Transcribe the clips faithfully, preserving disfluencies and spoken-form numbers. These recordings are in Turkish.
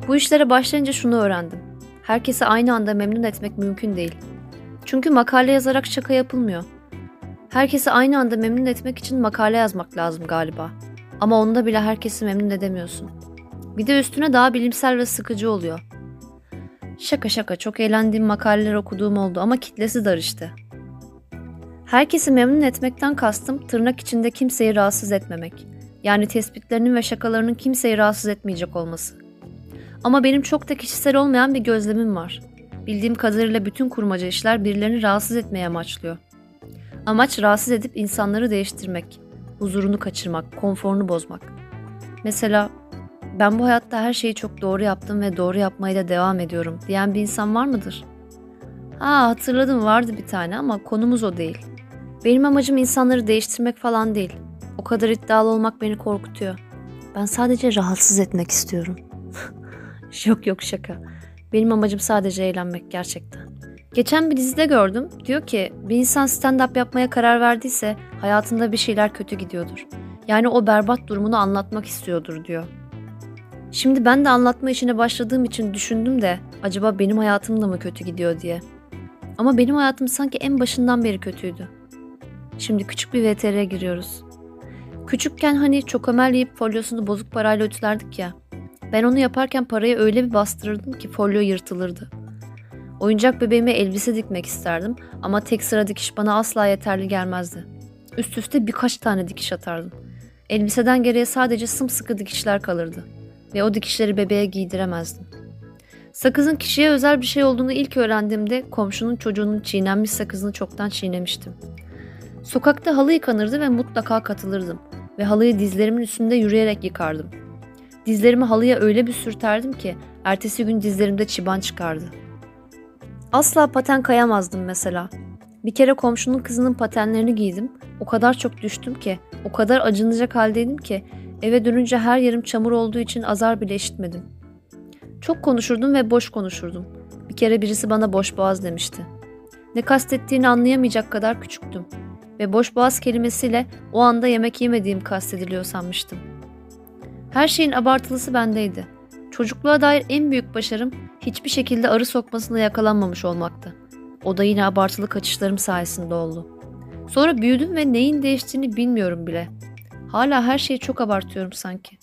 Bu işlere başlayınca şunu öğrendim. Herkesi aynı anda memnun etmek mümkün değil. Çünkü makale yazarak şaka yapılmıyor. Herkesi aynı anda memnun etmek için makale yazmak lazım galiba. Ama onda bile herkesi memnun edemiyorsun. Bir de üstüne daha bilimsel ve sıkıcı oluyor. Şaka şaka çok eğlendiğim makaleler okuduğum oldu ama kitlesi dar işte. Herkesi memnun etmekten kastım tırnak içinde kimseyi rahatsız etmemek. Yani tespitlerinin ve şakalarının kimseyi rahatsız etmeyecek olması. Ama benim çok da kişisel olmayan bir gözlemim var. Bildiğim kadarıyla bütün kurmaca işler birilerini rahatsız etmeye amaçlıyor. Amaç rahatsız edip insanları değiştirmek, huzurunu kaçırmak, konforunu bozmak. Mesela ben bu hayatta her şeyi çok doğru yaptım ve doğru yapmaya da devam ediyorum diyen bir insan var mıdır? Ha hatırladım vardı bir tane ama konumuz o değil. Benim amacım insanları değiştirmek falan değil. O kadar iddialı olmak beni korkutuyor. Ben sadece rahatsız etmek istiyorum. Yok yok şaka. Benim amacım sadece eğlenmek gerçekten. Geçen bir dizide gördüm. Diyor ki bir insan stand-up yapmaya karar verdiyse hayatında bir şeyler kötü gidiyordur. Yani o berbat durumunu anlatmak istiyordur diyor. Şimdi ben de anlatma işine başladığım için düşündüm de acaba benim hayatım da mı kötü gidiyor diye. Ama benim hayatım sanki en başından beri kötüydü. Şimdi küçük bir V T R'ye giriyoruz. Küçükken hani çokomel yiyip folyosunu bozuk parayla ütülerdik ya. Ben onu yaparken parayı öyle bir bastırırdım ki folyo yırtılırdı. Oyuncak bebeğime elbise dikmek isterdim ama tek sıra dikiş bana asla yeterli gelmezdi. Üst üste birkaç tane dikiş atardım. Elbiseden geriye sadece sımsıkı dikişler kalırdı ve o dikişleri bebeğe giydiremezdim. Sakızın kişiye özel bir şey olduğunu ilk öğrendiğimde komşunun çocuğunun çiğnenmiş sakızını çoktan çiğnemiştim. Sokakta halı yıkanırdı ve mutlaka katılırdım ve halıyı dizlerimin üstünde yürüyerek yıkardım. Dizlerimi halıya öyle bir sürterdim ki ertesi gün dizlerimde çıban çıkardı. Asla paten kayamazdım mesela. Bir kere komşunun kızının patenlerini giydim. O kadar çok düştüm ki, o kadar acınacak haldeydim ki eve dönünce her yerim çamur olduğu için azar bile işitmedim. Çok konuşurdum ve boş konuşurdum. Bir kere birisi bana boş boğaz demişti. Ne kastettiğini anlayamayacak kadar küçüktüm. Ve boş boğaz kelimesiyle o anda yemek yemediğim kastediliyor sanmıştım. Her şeyin abartılısı bendeydi. Çocukluğa dair en büyük başarım hiçbir şekilde arı sokmasına yakalanmamış olmaktı. O da yine abartılı kaçışlarım sayesinde oldu. Sonra büyüdüm ve neyin değiştiğini bilmiyorum bile. Hala her şeyi çok abartıyorum sanki.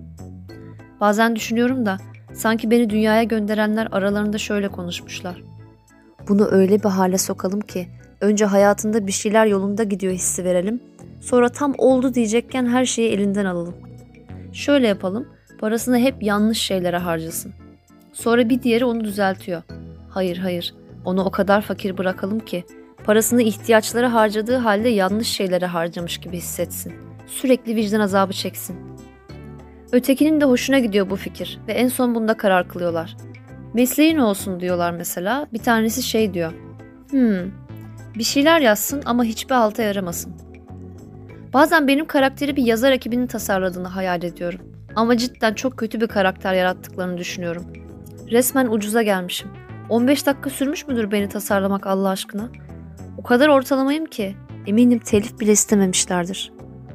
Bazen düşünüyorum da sanki beni dünyaya gönderenler aralarında şöyle konuşmuşlar. Bunu öyle bir hale sokalım ki önce hayatında bir şeyler yolunda gidiyor hissi verelim. Sonra tam oldu diyecekken her şeyi elinden alalım. Şöyle yapalım, parasını hep yanlış şeylere harcasın. Sonra bir diğeri onu düzeltiyor. Hayır hayır, onu o kadar fakir bırakalım ki parasını ihtiyaçlara harcadığı halde yanlış şeylere harcamış gibi hissetsin. Sürekli vicdan azabı çeksin. Ötekinin de hoşuna gidiyor bu fikir ve en son bunda karar kılıyorlar. Mesleğin olsun diyorlar mesela, bir tanesi şey diyor. Hmm, bir şeyler yazsın ama hiçbir halta yaramasın. Bazen benim karakteri bir yazar ekibinin tasarladığını hayal ediyorum. Ama cidden çok kötü bir karakter yarattıklarını düşünüyorum. Resmen ucuza gelmişim. on beş dakika sürmüş müdür beni tasarlamak Allah aşkına? O kadar ortalamayım ki eminim telif bile istememişlerdir.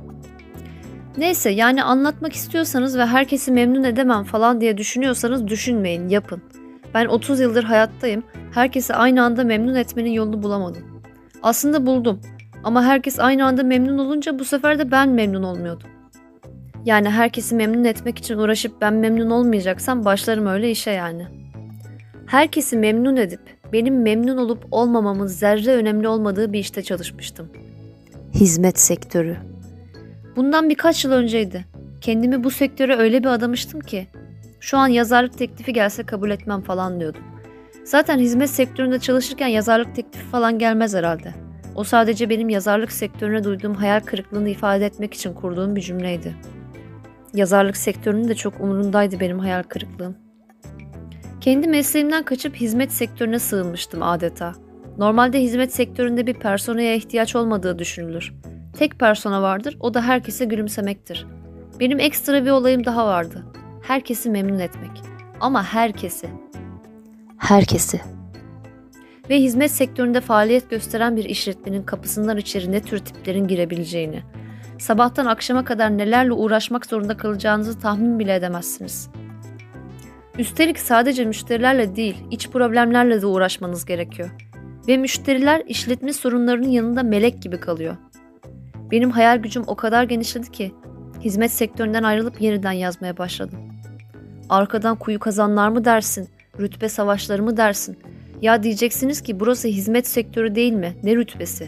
Neyse yani anlatmak istiyorsanız ve herkesi memnun edemem falan diye düşünüyorsanız düşünmeyin, yapın. Ben otuz yıldır hayattayım, herkesi aynı anda memnun etmenin yolunu bulamadım. Aslında buldum ama herkes aynı anda memnun olunca bu sefer de ben memnun olmuyordum. Yani herkesi memnun etmek için uğraşıp ben memnun olmayacaksam başlarım öyle işe yani. Herkesi memnun edip benim memnun olup olmamamın zerre önemli olmadığı bir işte çalışmıştım. Hizmet sektörü. Bundan birkaç yıl önceydi. Kendimi bu sektöre öyle bir adamıştım ki şu an yazarlık teklifi gelse kabul etmem falan diyordum. Zaten hizmet sektöründe çalışırken yazarlık teklifi falan gelmez herhalde. O sadece benim yazarlık sektörüne duyduğum hayal kırıklığını ifade etmek için kurduğum bir cümleydi. Yazarlık sektörünün de çok umurundaydı benim hayal kırıklığım. Kendi mesleğimden kaçıp hizmet sektörüne sığınmıştım adeta. Normalde hizmet sektöründe bir personaya ihtiyaç olmadığı düşünülür. Tek persona vardır, o da herkese gülümsemektir. Benim ekstra bir olayım daha vardı. Herkesi memnun etmek. Ama herkesi. Herkesi. Ve hizmet sektöründe faaliyet gösteren bir işletmenin kapısından içeri ne tür tiplerin girebileceğini, sabahtan akşama kadar nelerle uğraşmak zorunda kalacağınızı tahmin bile edemezsiniz. Üstelik sadece müşterilerle değil, iç problemlerle de uğraşmanız gerekiyor. Ve müşteriler işletme sorunlarının yanında melek gibi kalıyor. Benim hayal gücüm o kadar genişledi ki hizmet sektöründen ayrılıp yeniden yazmaya başladım. Arkadan kuyu kazanlar mı dersin, rütbe savaşları mı dersin? Ya diyeceksiniz ki burası hizmet sektörü değil mi? Ne rütbesi?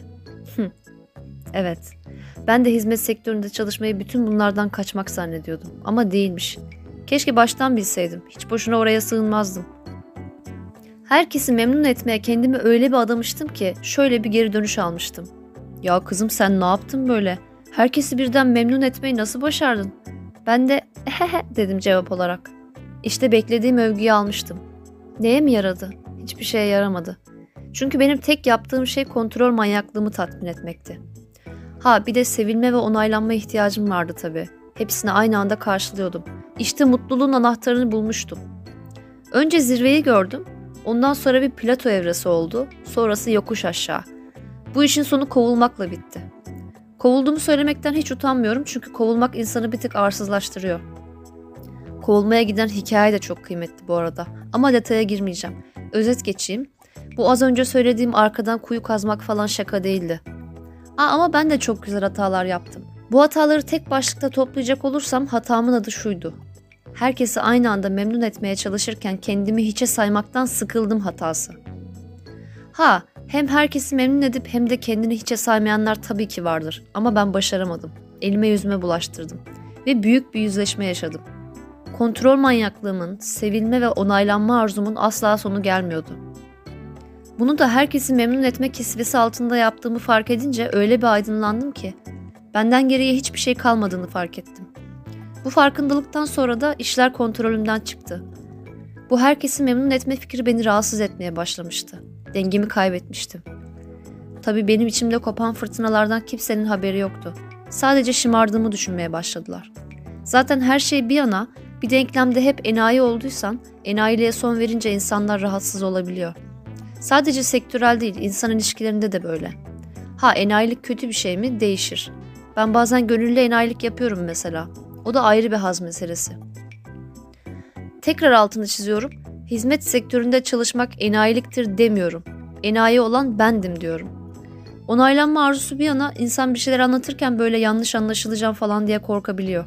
Evet, ben de hizmet sektöründe çalışmayı bütün bunlardan kaçmak zannediyordum. Ama değilmiş. Keşke baştan bilseydim. Hiç boşuna oraya sığınmazdım. Herkesi memnun etmeye kendimi öyle bir adamıştım ki şöyle bir geri dönüş almıştım. Ya kızım sen ne yaptın böyle? Herkesi birden memnun etmeyi nasıl başardın? Ben de ehehe dedim cevap olarak. İşte beklediğim övgüyü almıştım. Neye mi yaradı? Hiçbir şeye yaramadı. Çünkü benim tek yaptığım şey kontrol manyaklığımı tatmin etmekti. Ha bir de sevilme ve onaylanma ihtiyacım vardı tabii. Hepsini aynı anda karşılıyordum. İşte mutluluğun anahtarını bulmuştum. Önce zirveyi gördüm. Ondan sonra bir plato evresi oldu. Sonrası yokuş aşağı. Bu işin sonu kovulmakla bitti. Kovulduğumu söylemekten hiç utanmıyorum çünkü kovulmak insanı bir tık arsızlaştırıyor. Kovulmaya giden hikaye de çok kıymetli bu arada. Ama detaya girmeyeceğim. Özet geçeyim. Bu az önce söylediğim arkadan kuyu kazmak falan şaka değildi. Aa, ama ben de çok güzel hatalar yaptım. Bu hataları tek başlıkta toplayacak olursam hatamın adı şuydu. Herkesi aynı anda memnun etmeye çalışırken kendimi hiçe saymaktan sıkıldım hatası. Ha, hem herkesi memnun edip hem de kendini hiçe saymayanlar tabii ki vardır. Ama ben başaramadım. Elime yüzüme bulaştırdım. Ve büyük bir yüzleşme yaşadım. Kontrol manyaklığımın, sevilme ve onaylanma arzumun asla sonu gelmiyordu. Bunu da herkesi memnun etme kisvesi altında yaptığımı fark edince öyle bir aydınlandım ki benden geriye hiçbir şey kalmadığını fark ettim. Bu farkındalıktan sonra da işler kontrolümden çıktı. Bu herkesi memnun etme fikri beni rahatsız etmeye başlamıştı. Dengemi kaybetmiştim. Tabii benim içimde kopan fırtınalardan kimsenin haberi yoktu. Sadece şımardığımı düşünmeye başladılar. Zaten her şey bir yana, bir denklemde hep enayi olduysan, enayiliğe son verince insanlar rahatsız olabiliyor. Sadece sektörel değil, insan ilişkilerinde de böyle. Ha enayilik kötü bir şey mi? Değişir. Ben bazen gönüllü enayilik yapıyorum mesela. O da ayrı bir haz meselesi. Tekrar altını çiziyorum. Hizmet sektöründe çalışmak enayiliktir demiyorum. Enayi olan bendim diyorum. Onaylanma arzusu bir yana insan bir şeyler anlatırken böyle yanlış anlaşılacağım falan diye korkabiliyor.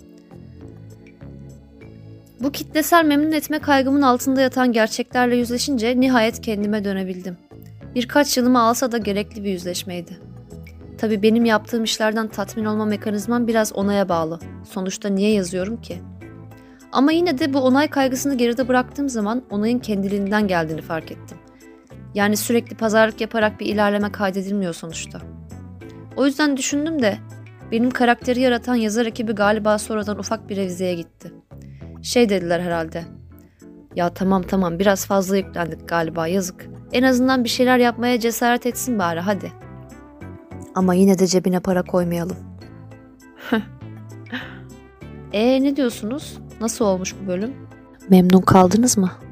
Bu kitlesel memnun etme kaygımın altında yatan gerçeklerle yüzleşince nihayet kendime dönebildim. Birkaç yılımı alsa da gerekli bir yüzleşmeydi. Tabii benim yaptığım işlerden tatmin olma mekanizmam biraz onaya bağlı. Sonuçta niye yazıyorum ki? Ama yine de bu onay kaygısını geride bıraktığım zaman onayın kendiliğinden geldiğini fark ettim. Yani sürekli pazarlık yaparak bir ilerleme kaydedilmiyor sonuçta. O yüzden düşündüm de benim karakteri yaratan yazar ekibi galiba sonradan ufak bir revizeye gitti. Şey dediler herhalde. Ya tamam tamam biraz fazla yüklendik galiba yazık. En azından bir şeyler yapmaya cesaret etsin bari hadi. Ama yine de cebine para koymayalım. E ne diyorsunuz? Nasıl olmuş bu bölüm? Memnun kaldınız mı?